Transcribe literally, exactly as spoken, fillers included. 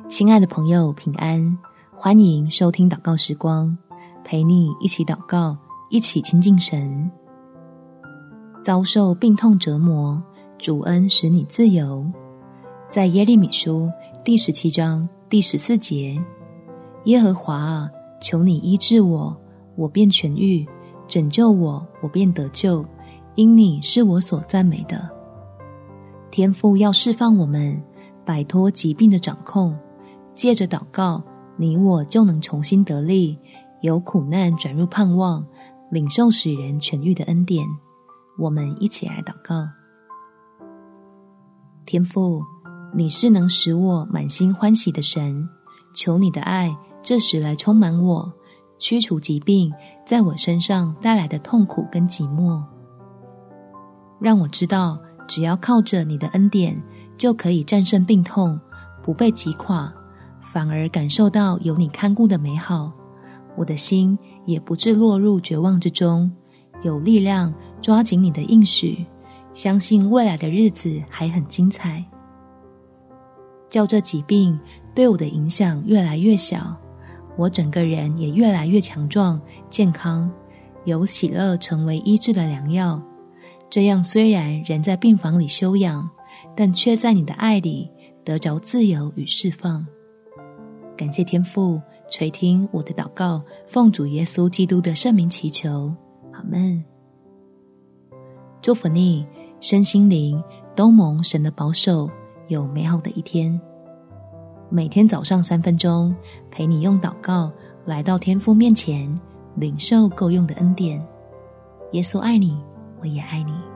亲爱的朋友，平安，欢迎收听祷告时光，陪你一起祷告，一起亲近神。遭受病痛折磨，主恩使你自由。在耶利米书第十七章第十四节，耶和华啊，求你医治我，我便痊愈；拯救我，我便得救，因你是我所赞美的。天父要释放我们，摆脱疾病的掌控，借着祷告，你我就能重新得力，由苦难转入盼望，领受使人痊愈的恩典。我们一起来祷告。天父，你是能使我满心欢喜的神，求你的爱这时来充满我，驱除疾病在我身上带来的痛苦跟寂寞。让我知道，只要靠着你的恩典，就可以战胜病痛，不被击垮，反而感受到有你看顾的美好，我的心也不致落入绝望之中，有力量抓紧你的应许，相信未来的日子还很精彩。叫这疾病对我的影响越来越小，我整个人也越来越强壮健康，有喜乐成为医治的良药。这样虽然人在病房里休养，但却在你的爱里得着自由与释放。感谢天父垂听我的祷告，奉主耶稣基督的圣名祈求，阿们。祝福你身心灵都蒙神的保守，有美好的一天。每天早上三分钟，陪你用祷告来到天父面前，领受够用的恩典。耶稣爱你，我也爱你。